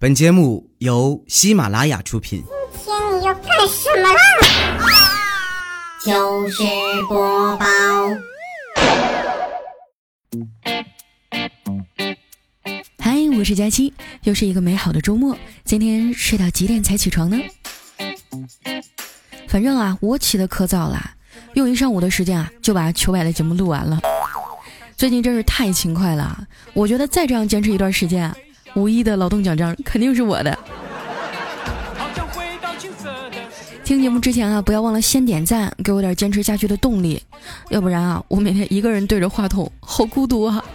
本节目由喜马拉雅出品。 今天你要干什么啦？ 糗事播报。 嗨，我是佳期，又是一个美好的周末。今天睡到几点才起床呢？反正啊，我起得可早了，用一上午的时间啊，就把糗百的节目录完了。最近真是太勤快了，我觉得再这样坚持一段时间啊，5·1的劳动奖章肯定是我的。听节目之前啊，不要忘了先点赞，给我点坚持下去的动力，要不然啊，我每天一个人对着话筒，好孤独啊。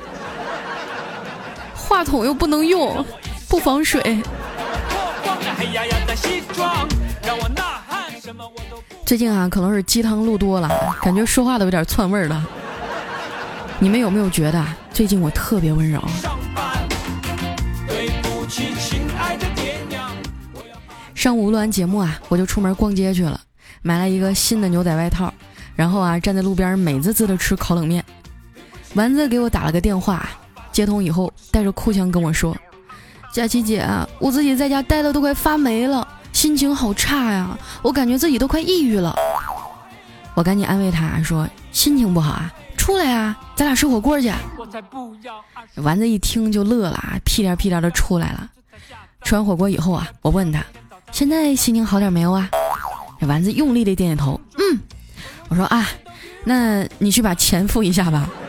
话筒又不能用，不防水。最近啊，可能是鸡汤录多了，感觉说话都有点窜味儿了。你们有没有觉得最近我特别温柔？上午录完节目啊，我就出门逛街去了，买了一个新的牛仔外套，然后啊，站在路边美滋滋的吃烤冷面。丸子给我打了个电话，接通以后带着哭腔跟我说：佳琪姐，我自己在家待的都快发霉了，心情好差呀，我感觉自己都快抑郁了。我赶紧安慰他说：心情不好啊，出来啊，咱俩吃火锅去。丸子一听就乐了，屁颠屁颠的出来了。吃完火锅以后啊，我问他现在心情好点没有啊？丸子用力的点点头，我说啊，那你去把钱付一下吧。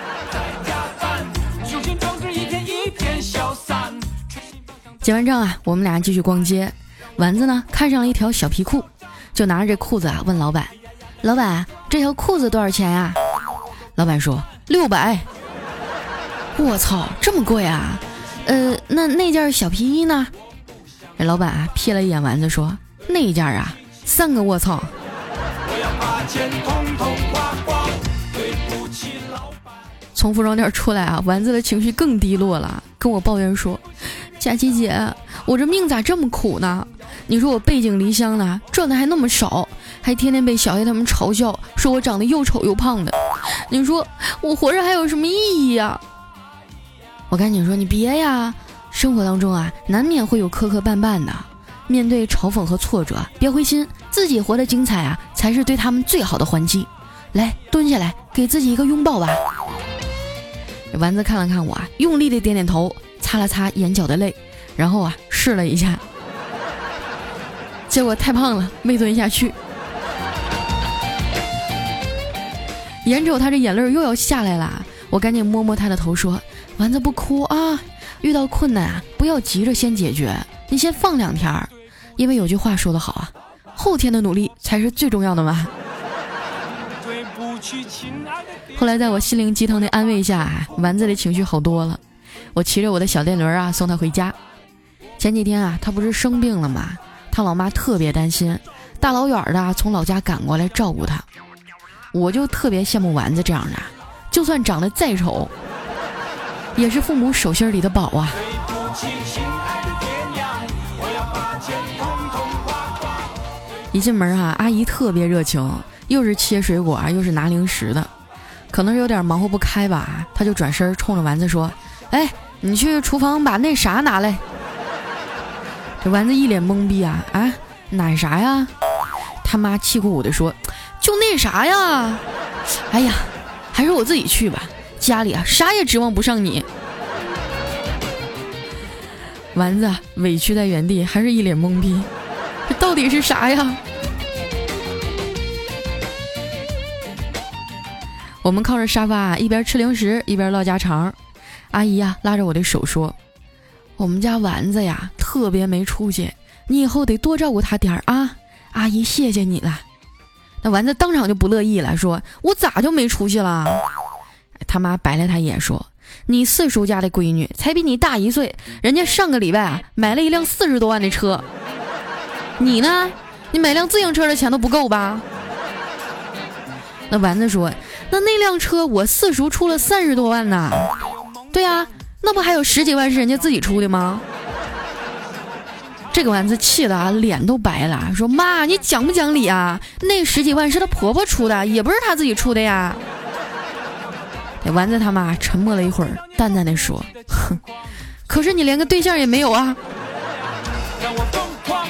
结完账啊，我们俩继续逛街。丸子呢看上了一条小皮裤，就拿着这裤子啊问老板：老板，这条裤子多少钱啊？老板说600。我操，这么贵啊？那件小皮衣呢？这老板啊瞥了一眼丸子说：那件啊3个。我操！从服装店出来啊，丸子的情绪更低落了，跟我抱怨说：佳琪姐，我这命咋这么苦呢？你说我背井离乡了，赚的还那么少，还天天被小黑他们嘲笑，说我长得又丑又胖的，你说我活着还有什么意义呀？我赶紧说：你别呀，生活当中啊难免会有磕磕绊绊的，面对嘲讽和挫折别灰心，自己活得精彩啊才是对他们最好的还击。来，蹲下来给自己一个拥抱吧。丸子看了看我啊，用力的点点头，擦了擦眼角的泪，然后啊试了一下，结果太胖了，没蹲下去。眼瞅他这眼泪又要下来了，我赶紧摸摸他的头说：丸子不哭啊，遇到困难啊不要急着先解决，你先放2天，因为有句话说得好啊，后天的努力才是最重要的嘛。后来在我心灵鸡汤的安慰下，丸子的情绪好多了。我骑着我的小电轮啊送他回家。前几天啊他不是生病了吗？他老妈特别担心，大老远的从老家赶过来照顾他。我就特别羡慕丸子这样的，就算长得再丑也是父母手心里的宝啊。一进门啊，阿姨特别热情，又是切水果又是拿零食的，可能是有点忙活不开吧，她就转身冲着丸子说：哎，你去厨房把那啥拿来。这丸子一脸懵逼啊，哪啥呀？他妈气鼓鼓的说：就那啥呀。哎呀，还是我自己去吧，家里啊啥也指望不上你。丸子委屈在原地，还是一脸懵逼，这到底是啥呀？我们靠着沙发一边吃零食一边唠家常。阿姨啊拉着我的手说：我们家丸子呀特别没出息，你以后得多照顾他点啊，阿姨谢谢你了。那丸子当场就不乐意了，说：我咋就没出息了？他妈白了他一眼说：你四叔家的闺女才比你大1岁，人家上个礼拜啊买了一辆40多万的车，你呢？你买辆自行车的钱都不够吧？那丸子说：那辆车我四叔出了30多万呢。对啊，那不还有10几万是人家自己出的吗？这个丸子气的啊脸都白了，说：妈，你讲不讲理啊？那10几万是她婆婆出的，也不是她自己出的呀。丸子他妈沉默了一会儿，淡淡的说：哼，可是你连个对象也没有啊。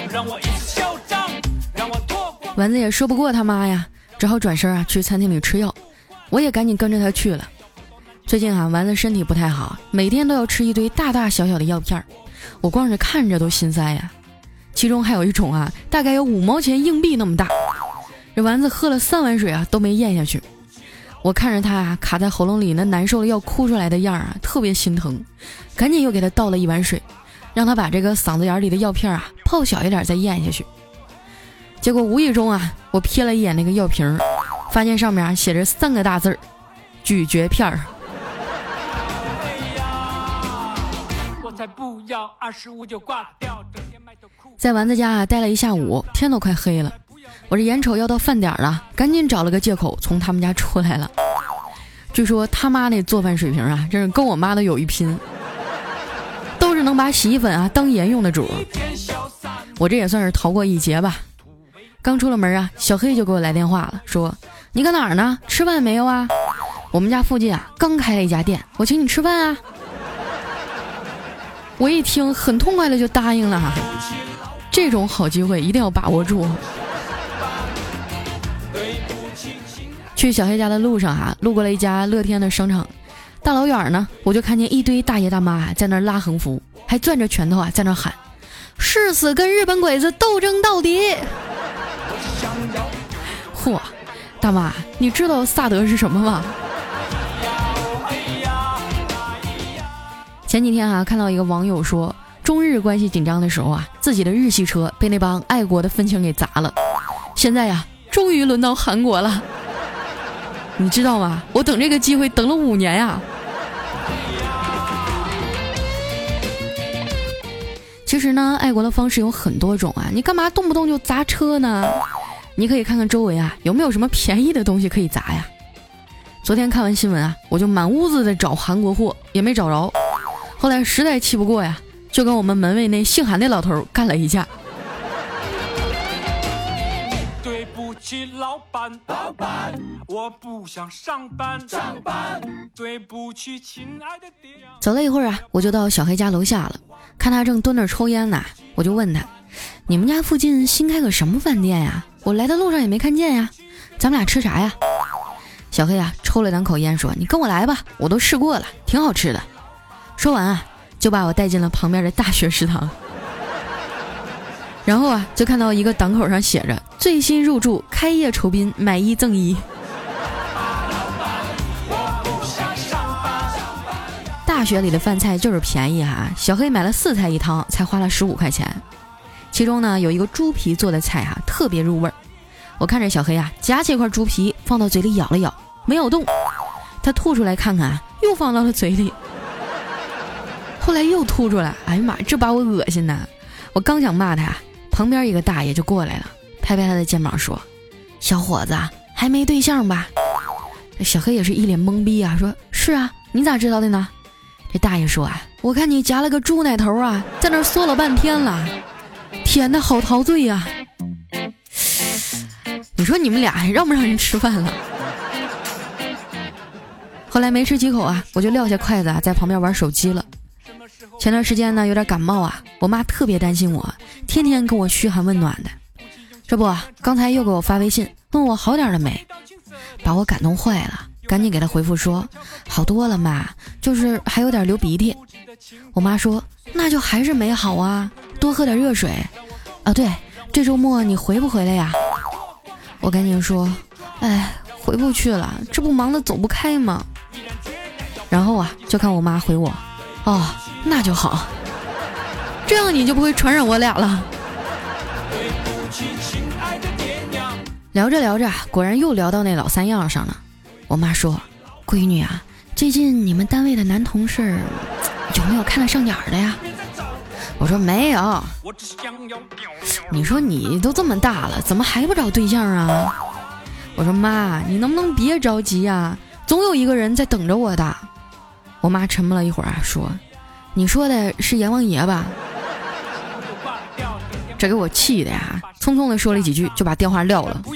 丸子也说不过他妈呀，只好转身去餐厅里吃药。我也赶紧跟着他去了。最近丸子身体不太好，每天都要吃一堆大大小小的药片，我光是看着都心塞呀。其中还有一种大概有5毛钱硬币那么大。这丸子喝了3碗水都没咽下去。我看着他卡在喉咙里那难受的要哭出来的样特别心疼，赶紧又给他倒了1碗水，让他把这个嗓子眼里的药片泡小一点再咽下去。结果无意中我瞥了一眼那个药瓶，发现上面写着3个大字儿：咀嚼片儿。在丸子家待了一下午，天都快黑了。我这眼瞅要到饭点了，赶紧找了个借口从他们家出来了。据说他妈那做饭水平真是跟我妈的有一拼，都是能把洗衣粉当盐用的主。我这也算是逃过一劫吧。刚出了门小黑就给我来电话了，说你搁哪儿呢？吃饭没有啊？我们家附近刚开了一家店，我请你吃饭啊。我一听很痛快的就答应了，这种好机会一定要把握住。去小黑家的路上路过了一家乐天的商场，大老远呢我就看见一堆大爷大妈在那儿拉横幅，还攥着拳头在那儿喊誓死跟日本鬼子斗争到底。嚯，大妈，你知道萨德是什么吗？前几天看到一个网友说，中日关系紧张的时候自己的日系车被那帮爱国的愤青给砸了。现在终于轮到韩国了。你知道吗？我等这个机会等了5年呀。其实呢，爱国的方式有很多种你干嘛动不动就砸车呢？你可以看看周围有没有什么便宜的东西可以砸呀。昨天看完新闻我就满屋子的找韩国货，也没找着。后来实在气不过就跟我们门卫那姓韩的老头干了一架。 对不起老板，我不想上班，对不起亲爱的爹。 走了一会儿我就到小黑家楼下了，看他正蹲那儿抽烟呢，我就问他，你们家附近新开个什么饭店呀？我来的路上也没看见呀，咱们俩吃啥呀？小黑抽了2口烟说，你跟我来吧，我都试过了，挺好吃的。说完就把我带进了旁边的大学食堂。然后就看到一个档口上写着最新入驻，开业酬宾，买1赠1。大学里的饭菜就是便宜小黑买了4菜1汤才花了15块钱。其中呢有一个猪皮做的菜特别入味儿。我看着小黑夹起一块猪皮放到嘴里咬了咬，没咬动。他吐出来看看又放到了嘴里。后来又吐出来，哎呀妈，这把我恶心呐！我刚想骂他旁边一个大爷就过来了，拍拍他的肩膀说，小伙子还没对象吧？小黑也是一脸懵逼说是啊，你咋知道的呢？这大爷说我看你夹了个猪奶头在那儿嗦了半天了，甜的好陶醉呀。你说你们俩还让不让人吃饭了？后来没吃几口我就撂下筷子在旁边玩手机了。前段时间呢有点感冒我妈特别担心我，天天跟我嘘寒问暖的。这不刚才又给我发微信问我好点了没，把我感动坏了，赶紧给她回复说好多了妈，就是还有点流鼻涕。我妈说那就还是没好多喝点热水对，这周末你回不回来呀？我赶紧说回不去了，这不忙得走不开吗？然后就看我妈回我那就好，这样你就不会传染我俩了。聊着聊着果然又聊到那老3样上了。我妈说闺女最近你们单位的男同事有没有看得上眼的呀？我说没有。你说你都这么大了，怎么还不找对象啊？我说妈，你能不能别着急总有一个人在等着我的。我妈沉默了一会儿说你说的是阎王爷吧？这给我气的匆匆的说了几句就把电话撂了。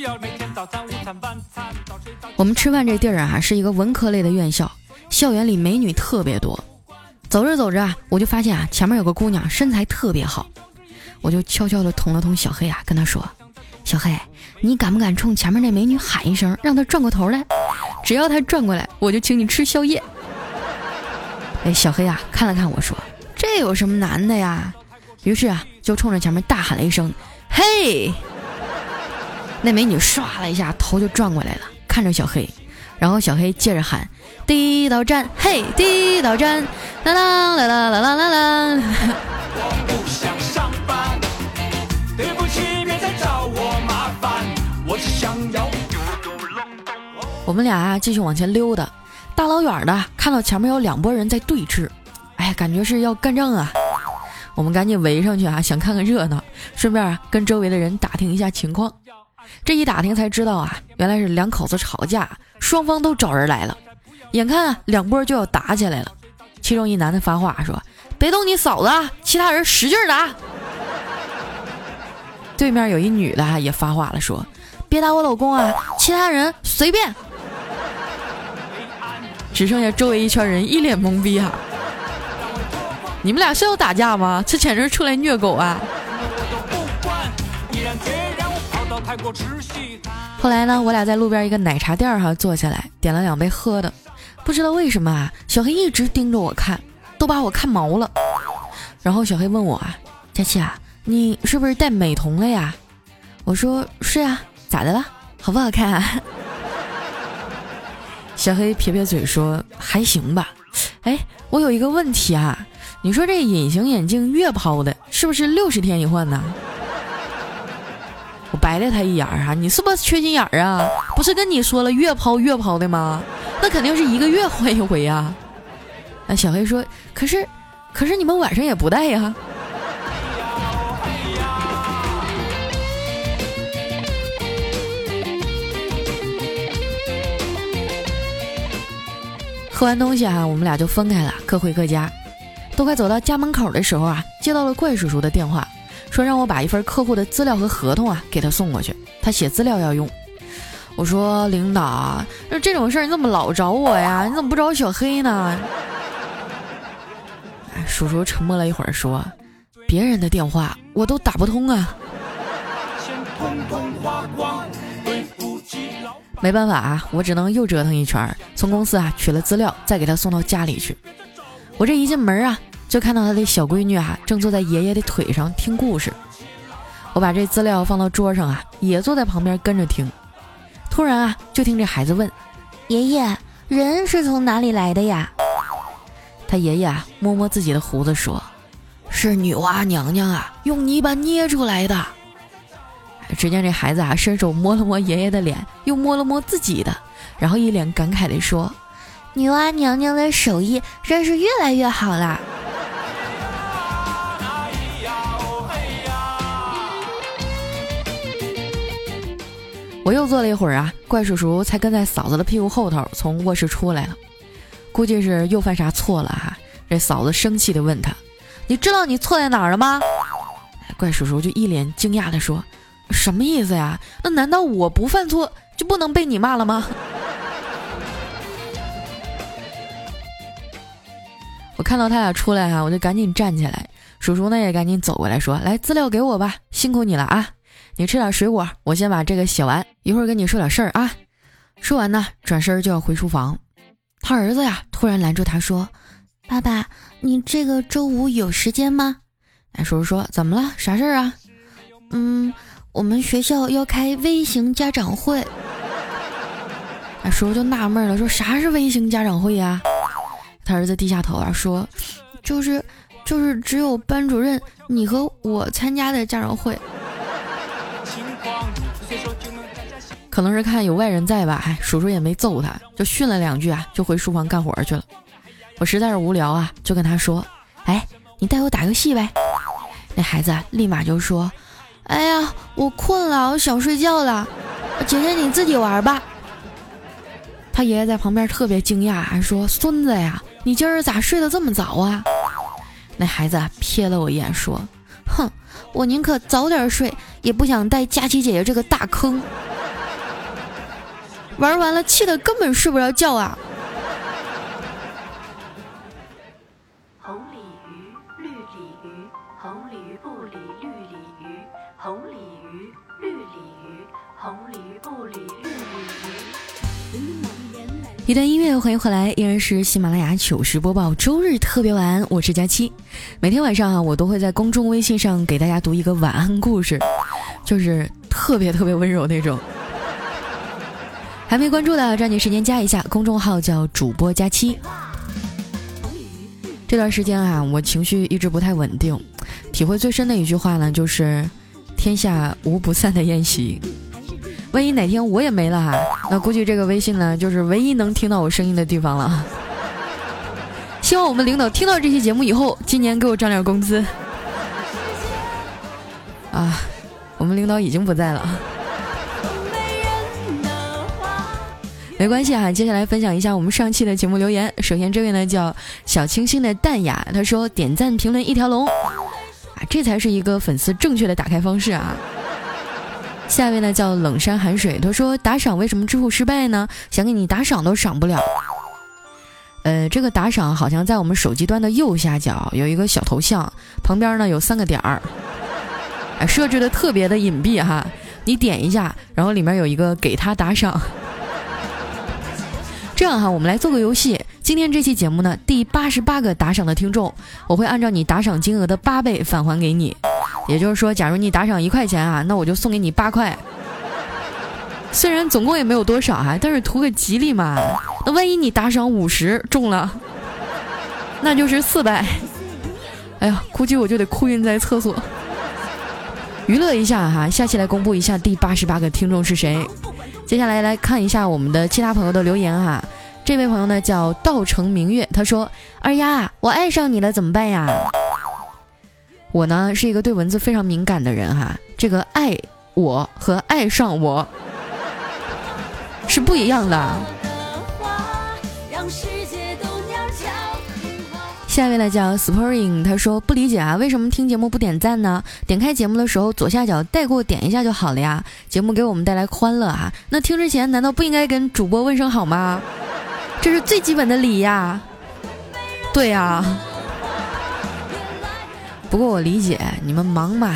我们吃饭这地儿是一个文科类的院校，校园里美女特别多。走着走着我就发现前面有个姑娘身材特别好。 我就悄悄地捅了捅小黑啊，跟他说：小黑，你敢不敢冲前面那美女喊一声，让她转过头来？只要她转过来，我就请你吃宵夜。小黑啊看了看我说：这有什么难的呀？于是啊就冲着前面大喊了一声：嘿！那美女唰了一下头就转过来了，看着小黑，然后小黑接着喊：第一道站，嘿，第一道站，啦啦啦啦啦啦啦啦。 我不想上班，对不起，别再找我麻烦，我只想要我们俩啊继续往前溜达，大老远的看到前面有2拨人在对峙，哎呀，感觉是要干仗啊。我们赶紧围上去啊，想看看热闹，顺便啊跟周围的人打听一下情况。这一打听才知道啊，原来是2口子吵架，双方都找人来了。眼看啊2波就要打起来了，其中一男的发话说：别动你嫂子啊，其他人使劲打。对面有一女的也发话了，说：别打我老公啊，其他人随便。只剩下周围一圈人一脸懵逼啊。你们俩是要打架吗？这简直出来虐狗啊。后来呢，我俩在路边一个奶茶店坐下来，点了2杯喝的。不知道为什么啊，小黑一直盯着我看，都把我看毛了。然后小黑问我啊：佳琪啊，你是不是戴美瞳了呀？我说是啊，咋的了？好不好看啊？小黑撇撇嘴说：还行吧。哎，我有一个问题啊，你说这隐形眼镜月抛的是不是60天一换呢？我白了他一眼啊，你是不是缺心眼啊？不是跟你说了月抛的吗？那肯定是1个月换一回呀。小黑说：可是你们晚上也不戴呀。喝完东西啊，我们俩就分开了，各回各家。都快走到家门口的时候啊，接到了怪叔叔的电话，说让我把一份客户的资料和合同给他送过去，他写资料要用。我说领导，这种事儿你怎么老找我呀？你怎么不找小黑呢？叔叔沉默了一会儿说：别人的电话我都打不通啊。没办法啊，我只能又折腾一圈，从公司取了资料，再给他送到家里去。我这一进门啊，就看到他的小闺女正坐在爷爷的腿上听故事。我把这资料放到桌上也坐在旁边跟着听。突然就听这孩子问：爷爷，人是从哪里来的呀？他爷爷摸摸自己的胡子说：是女娲娘娘用泥巴捏出来的。只见这孩子伸手摸了摸爷爷的脸，又摸了摸自己的，然后一脸感慨地说：女娲娘娘的手艺真是越来越好了。我又坐了一会儿怪叔叔才跟在嫂子的屁股后头从卧室出来了，估计是又犯啥错了这嫂子生气地问他：你知道你错在哪儿了吗？怪叔叔就一脸惊讶地说：什么意思呀？那难道我不犯错就不能被你骂了吗？我看到他俩出来我就赶紧站起来，叔叔呢也赶紧走过来说：来，资料给我吧，辛苦你了啊，你吃点水果，我先把这个写完，一会儿跟你说点事儿啊。说完呢，转身就要回书房。他儿子突然拦住他说：爸爸，你这个周五有时间吗？叔叔说：怎么了？啥事儿啊？我们学校要开微型家长会。叔叔就纳闷了，说啥是微型家长会呀？他儿子低下头说：就是只有班主任你和我参加的家长会。可能是看有外人在吧，叔叔也没揍他，就训了2句就回书房干活去了。我实在是无聊就跟他说：哎，你带我打游戏呗。那孩子立马就说：哎呀，我困了，我想睡觉了，姐姐你自己玩吧。他爷爷在旁边特别惊讶，还说：孙子呀，你今儿咋睡得这么早啊？那孩子瞥了我一眼说：哼，我宁可早点睡，也不想带佳琪姐姐这个大坑。玩完了气得根本睡不着觉红鲤鱼，绿鲤鱼，红鲤鱼不理绿鲤红鲤鱼，绿鲤鱼，红鲤鱼不理绿鲤鱼。 一段音乐，欢迎回来，依然是喜马拉雅糗事播报周日特别晚，我是佳期。每天晚上我都会在公众微信上给大家读一个晚安故事，就是特别温柔那种。还没关注的抓紧时间加一下，公众号叫主播佳期。这段时间我情绪一直不太稳定，体会最深的一句话呢，就是天下无不散的宴席。万一哪天我也没了那估计这个微信呢，就是唯一能听到我声音的地方了。希望我们领导听到这期节目以后，今年给我涨点工资。我们领导已经不在了。没关系接下来分享一下我们上期的节目留言。首先这位呢叫小清新的淡雅，他说点赞评论一条龙这才是一个粉丝正确的打开方式下一位呢叫冷山寒水，他说打赏为什么支付失败呢？想给你打赏都赏不了。这个打赏好像在我们手机端的右下角有一个小头像，旁边呢有3个点儿，设置的特别的隐蔽你点一下，然后里面有一个给他打赏。这样我们来做个游戏。今天这期节目呢，第88个打赏的听众，我会按照你打赏金额的8倍返还给你。也就是说，假如你打赏1块钱那我就送给你8块。虽然总共也没有多少但是图个吉利嘛。那万一你打赏50中了，那就是400。哎呀，估计我就得哭晕在厕所。娱乐一下下期来公布一下第88个听众是谁。接下来看一下我们的其他朋友的留言这位朋友呢叫道成明月，他说二丫我爱上你了怎么办呀？我呢是一个对文字非常敏感的人这个爱我和爱上我是不一样的。下一位呢叫 Spring， 他说不理解为什么听节目不点赞呢？点开节目的时候左下角带过点一下就好了呀，节目给我们带来欢乐那听之前难道不应该跟主播问声好吗？这是最基本的礼呀。对呀，不过我理解你们忙嘛，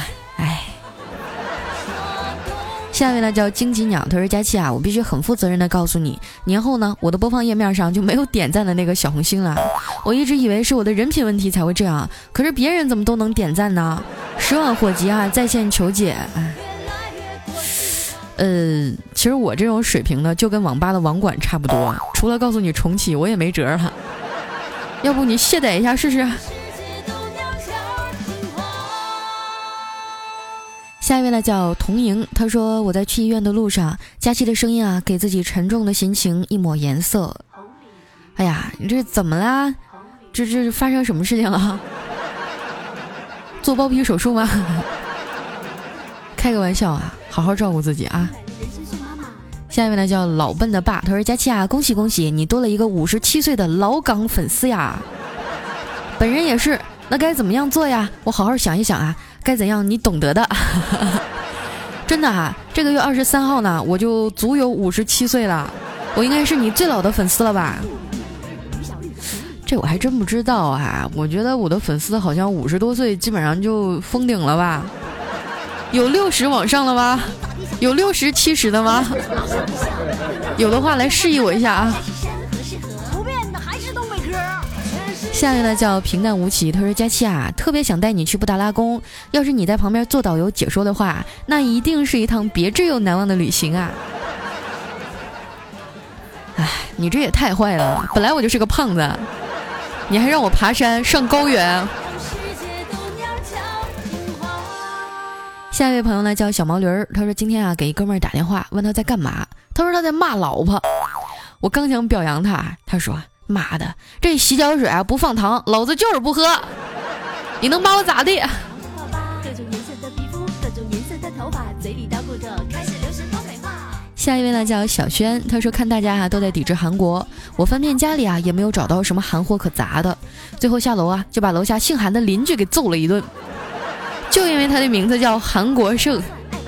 下一位呢叫荆棘鸟，他说佳期我必须很负责任的告诉你，年后呢我的播放页面上就没有点赞的那个小红心了。我一直以为是我的人品问题才会这样，可是别人怎么都能点赞呢？10万火急在线求解。其实我这种水平呢就跟网吧的网管差不多，除了告诉你重启我也没辙了。要不你卸载一下试试。下一位呢叫童莹，他说我在去医院的路上，佳期的声音给自己沉重的心情一抹颜色。哎呀，你这怎么啦？这发生什么事情了？做包皮手术吗？开个玩笑好好照顾自己下一位呢叫老笨的爸，他说佳期恭喜恭喜，你多了一个57岁的老港粉丝呀。本人也是，那该怎么样做呀？我好好想一想该怎样你懂得的。真的这个月23号呢我就足有57岁了，我应该是你最老的粉丝了吧？这我还真不知道我觉得我的粉丝好像50多岁基本上就封顶了吧？有60往上了吗？有60、70的吗？有的话来示意我一下下一个呢叫平淡无奇，他说佳期特别想带你去布达拉宫，要是你在旁边做导游解说的话，那一定是一趟别致又难忘的旅行你这也太坏了，本来我就是个胖子，你还让我爬山上高原。下一位朋友呢叫小毛驴儿，他说今天给一哥们儿打电话问他在干嘛，他说他在骂老婆。我刚想表扬他说妈的，这洗脚水不放糖，老子就是不喝，你能把我咋地？各种颜色的皮肤，各种颜色的头发，嘴里叨咕着开始流行东北话。下一位呢叫小轩，他说看大家都在抵制韩国，我翻遍家里也没有找到什么韩货可砸的，最后下楼就把楼下姓韩的邻居给揍了一顿，就因为他的名字叫韩国胜。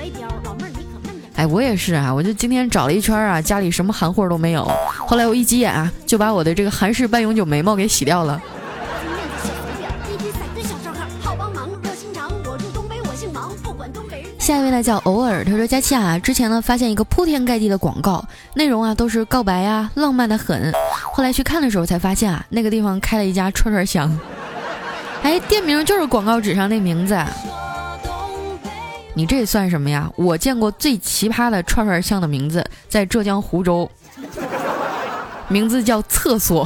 我也是我就今天找了一圈家里什么韩货都没有，后来我一急眼就把我的这个韩式半永久眉毛给洗掉了。 下一位呢叫偶尔，他说佳期啊，之前呢发现一个铺天盖地的广告，内容啊都是告白啊，浪漫的很。后来去看的时候才发现啊，那个地方开了一家串串香，哎，店名就是广告纸上那名字。你这算什么呀？我见过最奇葩的串串香的名字，在浙江湖州，名字叫厕所。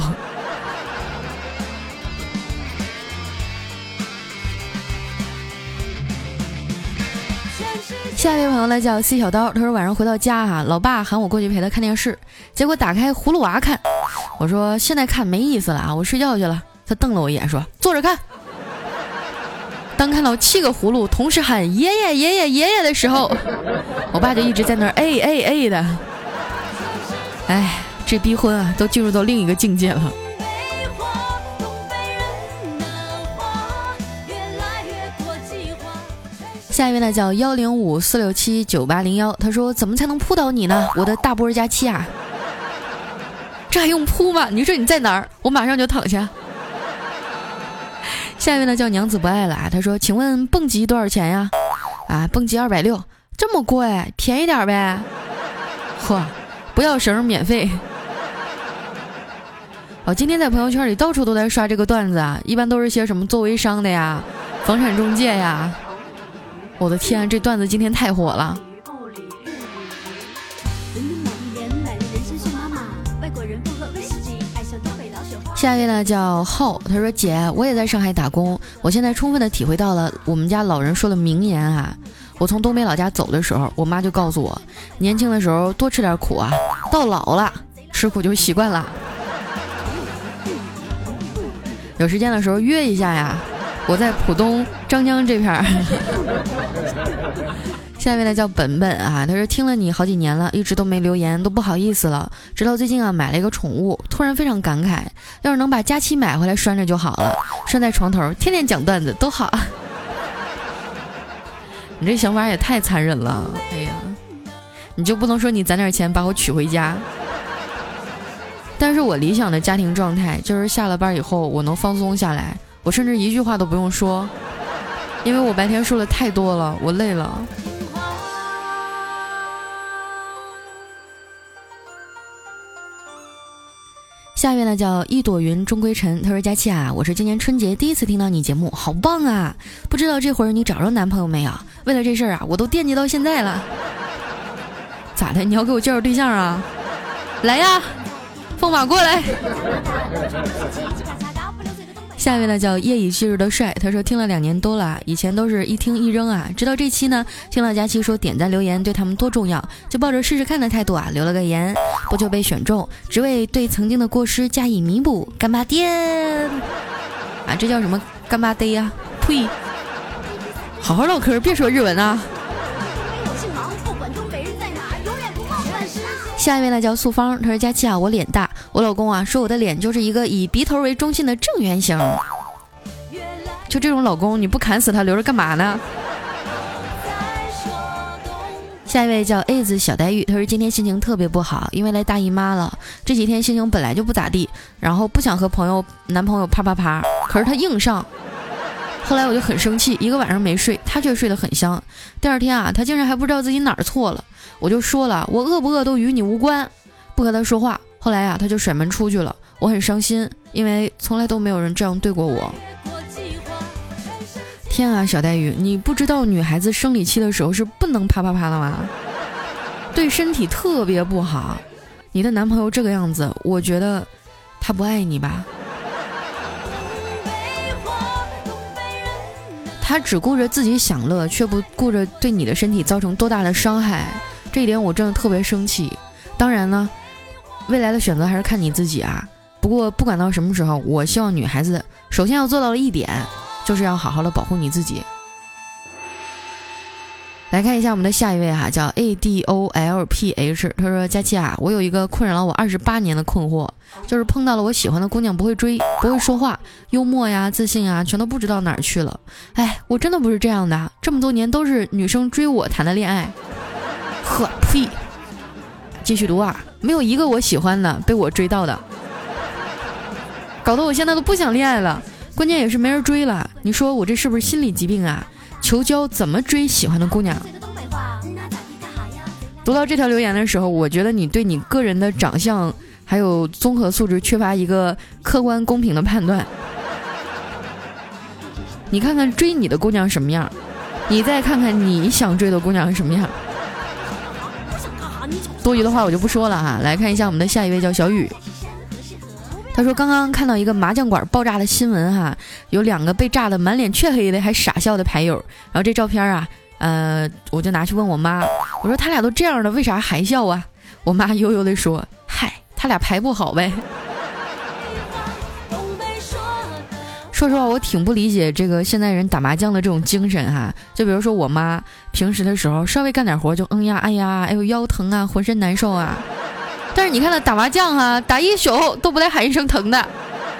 下一位朋友呢叫 C 小刀，他说晚上回到家啊，老爸喊我过去陪他看电视，结果打开葫芦娃看，我说现在看没意思了啊，我睡觉去了。他瞪了我一眼说坐着看。当看到7个葫芦同时喊爷爷爷爷爷爷的时候，我爸就一直在那儿哎的。哎，这逼婚啊都进入到另一个境界了。下一位呢叫1054679801，他说怎么才能扑倒你呢？我的大波加7啊，这还用扑吗？你说你在哪儿，我马上就躺下。下一位呢叫娘子不爱了啊，他说请问蹦极多少钱呀？啊，蹦极260，这么贵，便宜点呗。嚯，不要绳免费。今天在朋友圈里到处都在刷这个段子啊，一般都是些什么做微商的呀，房产中介呀。我的天，这段子今天太火了。下一位呢叫浩，他说姐，我也在上海打工，我现在充分的体会到了我们家老人说的名言啊。我从东北老家走的时候，我妈就告诉我，年轻的时候多吃点苦啊，到老了吃苦就习惯了。有时间的时候约一下呀，我在浦东张江这片。下一位呢叫本本啊，他说听了你好几年了，一直都没留言，都不好意思了。直到最近啊，买了一个宠物，突然非常感慨，要是能把佳期买回来拴着就好了，拴在床头，天天讲段子多好。你这想法也太残忍了，哎呀，你就不能说你攒点钱把我娶回家？但是我理想的家庭状态就是下了班以后我能放松下来，我甚至一句话都不用说，因为我白天说的太多了，我累了。下一位呢叫一朵云终归尘，他说佳期啊，我是今年春节第一次听到你节目，好棒啊，不知道这会儿你找着男朋友没有？为了这事儿啊，我都惦记到现在了。咋的，你要给我介绍对象啊？来呀，凤马过来。下一位呢叫夜以继日的帅，他说听了2年多了，以前都是一听一扔啊，直到这期呢听了佳期说点赞留言对他们多重要，就抱着试试看的态度啊留了个言，不久被选中，只为对曾经的过失加以弥补，干巴爹啊，这叫什么干巴爹呀？呸！好好唠嗑，别说日文啊。下一位呢叫素芳，他说佳期啊，我脸大，我老公啊说我的脸就是一个以鼻头为中心的正圆形。就这种老公你不砍死他留着干嘛呢？下一位叫 A 子小黛玉，他说今天心情特别不好，因为来大姨妈了，这几天心情本来就不咋地，然后不想和男朋友啪啪啪，可是他硬上，后来我就很生气，一个晚上没睡，他却睡得很香。第二天啊，他竟然还不知道自己哪儿错了，我就说了，我饿不饿都与你无关，不和他说话。后来啊，他就甩门出去了，我很伤心，因为从来都没有人这样对过我。天啊，小黛玉，你不知道女孩子生理期的时候是不能啪啪啪的吗？对身体特别不好。你的男朋友这个样子，我觉得他不爱你吧？他只顾着自己享乐，却不顾着对你的身体造成多大的伤害，这一点我真的特别生气。当然呢，未来的选择还是看你自己啊。不过不管到什么时候，我希望女孩子首先要做到的一点，就是要好好的保护你自己。来看一下我们的下一位哈，叫 ADOLPH， 他说佳期啊，我有一个困扰了我28年的困惑，就是碰到了我喜欢的姑娘不会追，不会说话，幽默呀自信啊全都不知道哪儿去了。哎，我真的不是这样的，这么多年都是女生追我谈的恋爱。呵呸，继续读啊，没有一个我喜欢的被我追到的，搞得我现在都不想恋爱了，关键也是没人追了。你说我这是不是心理疾病啊？ 求教怎么追喜欢的姑娘。读到这条留言的时候，我觉得你对你个人的长相还有综合素质缺乏一个客观公平的判断。你看看追你的姑娘什么样，你再看看你想追的姑娘什么样。多余的话我就不说了哈，来看一下我们的下一位叫小雨。他说刚刚看到一个麻将馆爆炸的新闻哈，有2个被炸得满脸黢黑的还傻笑的牌友，然后这照片啊我就拿去问我妈，我说他俩都这样了为啥还笑啊？我妈悠悠地说，嗨，他俩牌不好呗。说实话我挺不理解这个现在人打麻将的这种精神哈，就比如说我妈平时的时候稍微干点活就呀哎呀哎呦腰疼啊浑身难受啊，但是你看他打麻将哈，打一宿都不带喊一声疼的。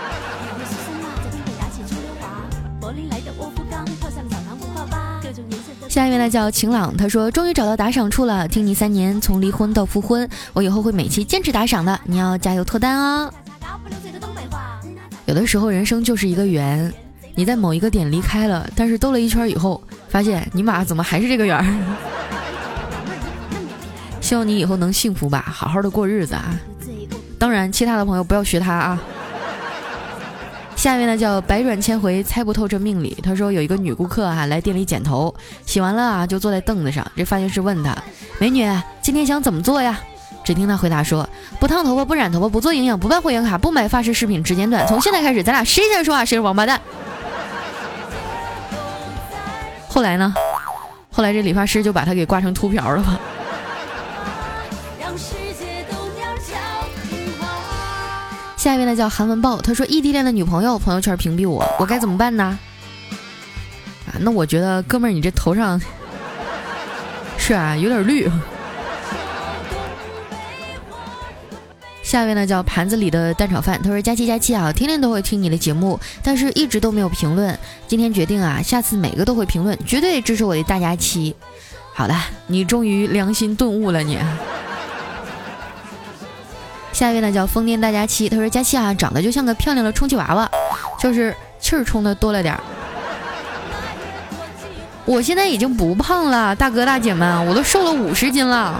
下一位呢叫晴朗，他说终于找到打赏处了，听你3年从离婚到复婚，我以后会每期坚持打赏的，你要加油脱单哦。有的时候人生就是一个圆，你在某一个点离开了，但是兜了一圈以后发现你妈怎么还是这个圆。希望你以后能幸福吧，好好的过日子啊，当然其他的朋友不要学他啊。下一位呢叫百转千回猜不透这命理，他说有一个女顾客来店里剪头，洗完了就坐在凳子上，这发型师问他，美女今天想怎么做呀？只听他回答说，不烫头发不染头发不做营养不办会员卡不买发饰饰品只剪短，从现在开始咱俩谁先说话谁是王八蛋。后来呢，后来这理发师就把他给挂成秃瓢了吧。下一位呢叫韩文豹，他说异地恋的女朋友朋友圈屏蔽我该怎么办呢？那我觉得哥们儿你这头上是有点绿。下一位呢叫盘子里的蛋炒饭，他说佳期天天都会听你的节目，但是一直都没有评论，今天决定下次每个都会评论，绝对支持我的大佳期。好了，你终于良心顿悟了你。下一位呢叫疯癫大佳期，他说佳期长得就像个漂亮的充气娃娃，就是气儿充的多了点。我现在已经不胖了，大哥大姐们，我都瘦了50斤了。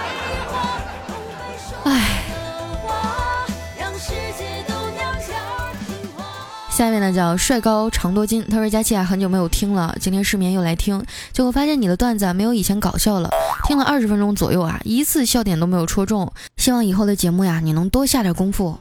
下一位呢叫帅高长多金，他说佳期很久没有听了，今天失眠又来听，结果发现你的段子没有以前搞笑了，听了20分钟左右一次笑点都没有戳中，希望以后的节目你能多下点功夫。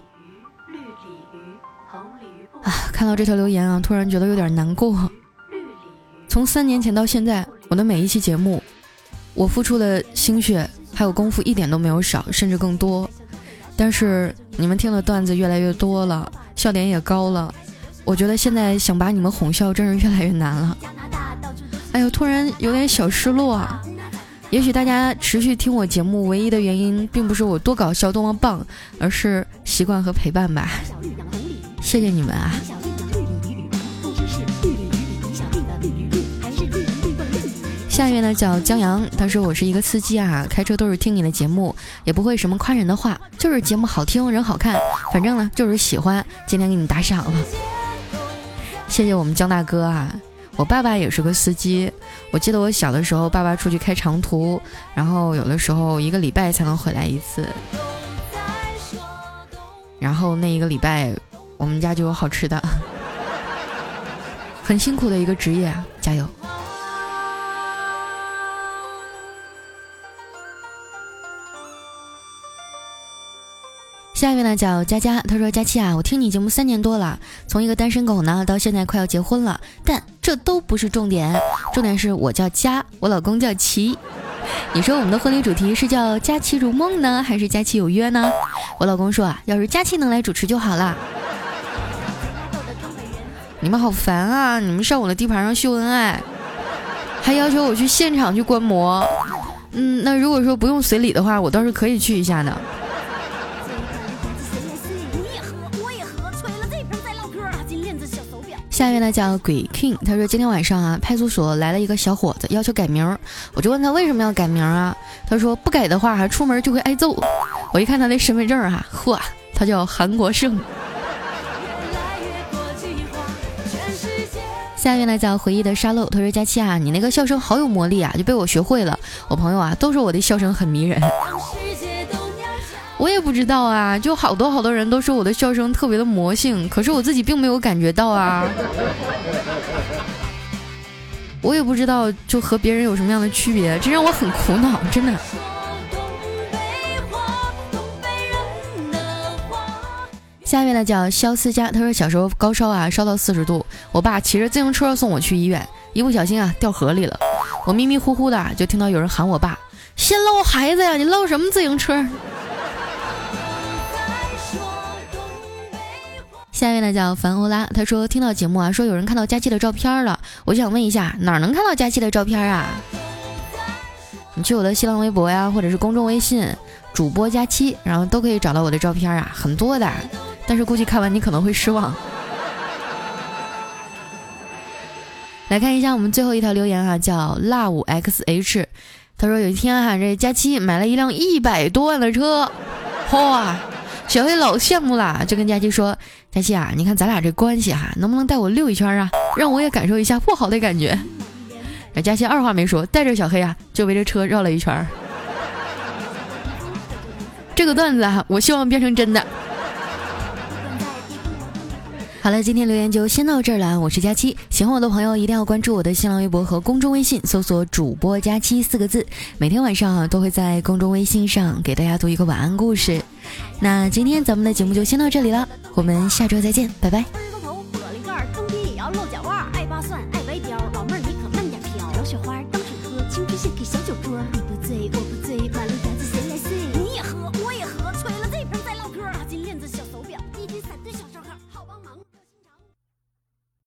看到这条留言突然觉得有点难过。从3年前到现在，我的每一期节目，我付出的心血还有功夫一点都没有少，甚至更多，但是你们听的段子越来越多了，笑点也高了，我觉得现在想把你们哄笑真是越来越难了。哎呦，突然有点小失落也许大家持续听我节目唯一的原因并不是我多搞笑多么棒，而是习惯和陪伴吧。谢谢你们下一位呢叫江阳，他说我是一个司机开车都是听你的节目，也不会什么夸人的话，就是节目好听人好看，反正呢就是喜欢，今天给你打赏了。谢谢我们江大哥我爸爸也是个司机，我记得我小的时候爸爸出去开长途，然后有的时候1个礼拜才能回来一次，然后那1个礼拜我们家就有好吃的。很辛苦的一个职业加油。下一位呢叫佳佳，他说佳期我听你节目3年多了，从一个单身狗呢到现在快要结婚了，但这都不是重点，重点是我叫佳，我老公叫琪。你说我们的婚礼主题是叫佳期如梦呢，还是佳期有约呢？我老公说要是佳期能来主持就好了。你们好烦你们上我的地盘上秀恩爱，还要求我去现场去观摩。那如果说不用随礼的话，我倒是可以去一下的。下一位呢叫鬼 king， 他说今天晚上派出所来了一个小伙子，要求改名，我就问他为什么要改名他说不改的话出门就会挨揍。我一看他的身份证嚯，他叫韩国胜。 下面呢叫回忆的沙漏，他说佳期啊，你那个笑声好有魔力啊，就被我学会了。我朋友啊都说我的笑声很迷人，我也不知道啊，就好多人都说我的笑声特别的魔性，可是我自己并没有感觉到啊。我也不知道就和别人有什么样的区别，这让我很苦恼，真的。下面呢叫肖思佳，他说小时候高烧啊，烧到40度，我爸骑着自行车送我去医院，一不小心啊掉河里了，我迷迷糊糊的就听到有人喊我爸，先捞孩子呀，你捞什么自行车？下面呢叫凡欧拉，他说听到节目啊，说有人看到佳期的照片了，我就想问一下，哪能看到佳期的照片啊？你去我的新浪微博呀，或者是公众微信主播佳期，然后都可以找到我的照片啊，很多的，但是估计看完你可能会失望。来看一下我们最后一条留言啊，叫辣五 XH， 他说有一天啊，这佳期买了一辆100多万的车，哇，小黑老羡慕啦，就跟佳期说，佳期啊，你看咱俩这关系啊，能不能带我溜一圈啊，让我也感受一下不好的感觉。那佳期二话没说，带着小黑啊就围着车绕了一圈。这个段子啊，我希望变成真的。好了，今天留言就先到这儿了，我是佳期，喜欢我的朋友一定要关注我的新浪微博和公众微信，搜索主播佳期4个字，每天晚上啊都会在公众微信上给大家读一个晚安故事。那今天咱们的节目就先到这里了，我们下周再见，拜拜。 冬天也要露脚袜，爱扒蒜爱歪雕，老妹儿你可慢点飘，小雪花当水喝，青春献给小酒桌，你不醉我不